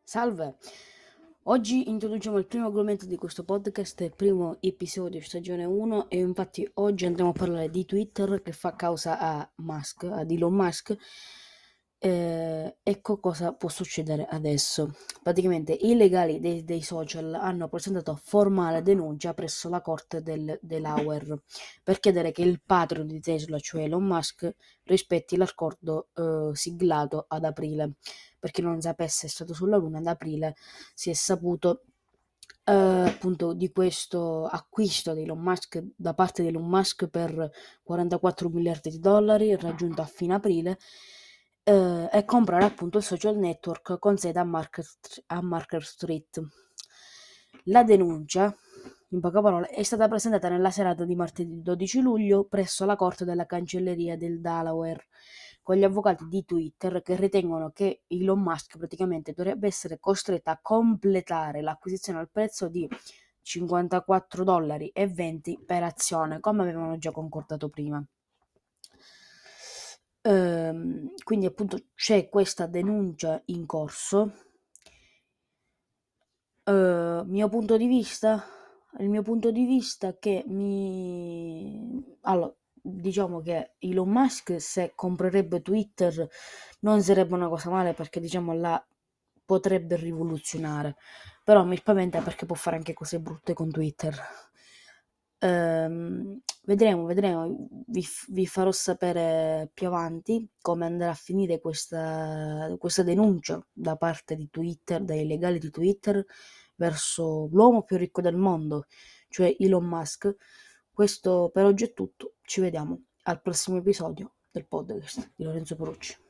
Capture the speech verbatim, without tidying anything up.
Salve! Oggi introduciamo il primo argomento di questo podcast, il primo episodio stagione uno, e infatti oggi andremo a parlare di Twitter che fa causa a Musk, ad Elon Musk. Eh, ecco cosa può succedere adesso. Praticamente i legali dei, dei social hanno presentato formale denuncia presso la corte del Delaware per chiedere che il patron di Tesla, cioè Elon Musk, rispetti l'accordo eh, siglato ad aprile. Per chi non sapesse, è stato sulla Luna. Ad aprile si è saputo eh, appunto di questo acquisto di Elon Musk da parte di Elon Musk per quarantaquattro miliardi di dollari raggiunto a fine aprile, eh, e comprare appunto il social network con sede a Market, a Market Street. La denuncia, in poche parole, è stata presentata nella serata di martedì dodici luglio presso la corte della cancelleria del Delaware, con gli avvocati di Twitter che ritengono che Elon Musk praticamente dovrebbe essere costretto a completare l'acquisizione al prezzo di cinquantaquattro dollari e venti per azione, come avevano già concordato prima. Ehm, quindi appunto c'è questa denuncia in corso. Eh, mio punto di vista, il mio punto di vista è che mi... Allora, diciamo che Elon Musk se comprerebbe Twitter non sarebbe una cosa male perché diciamo la potrebbe rivoluzionare, però mi spaventa perché può fare anche cose brutte con Twitter. Ehm, vedremo, vedremo, vi, vi farò sapere più avanti come andrà a finire questa, questa denuncia da parte di Twitter, dai legali di Twitter, verso l'uomo più ricco del mondo, cioè Elon Musk. Questo per oggi è tutto, ci vediamo al prossimo episodio del podcast di Lorenzo Perucci.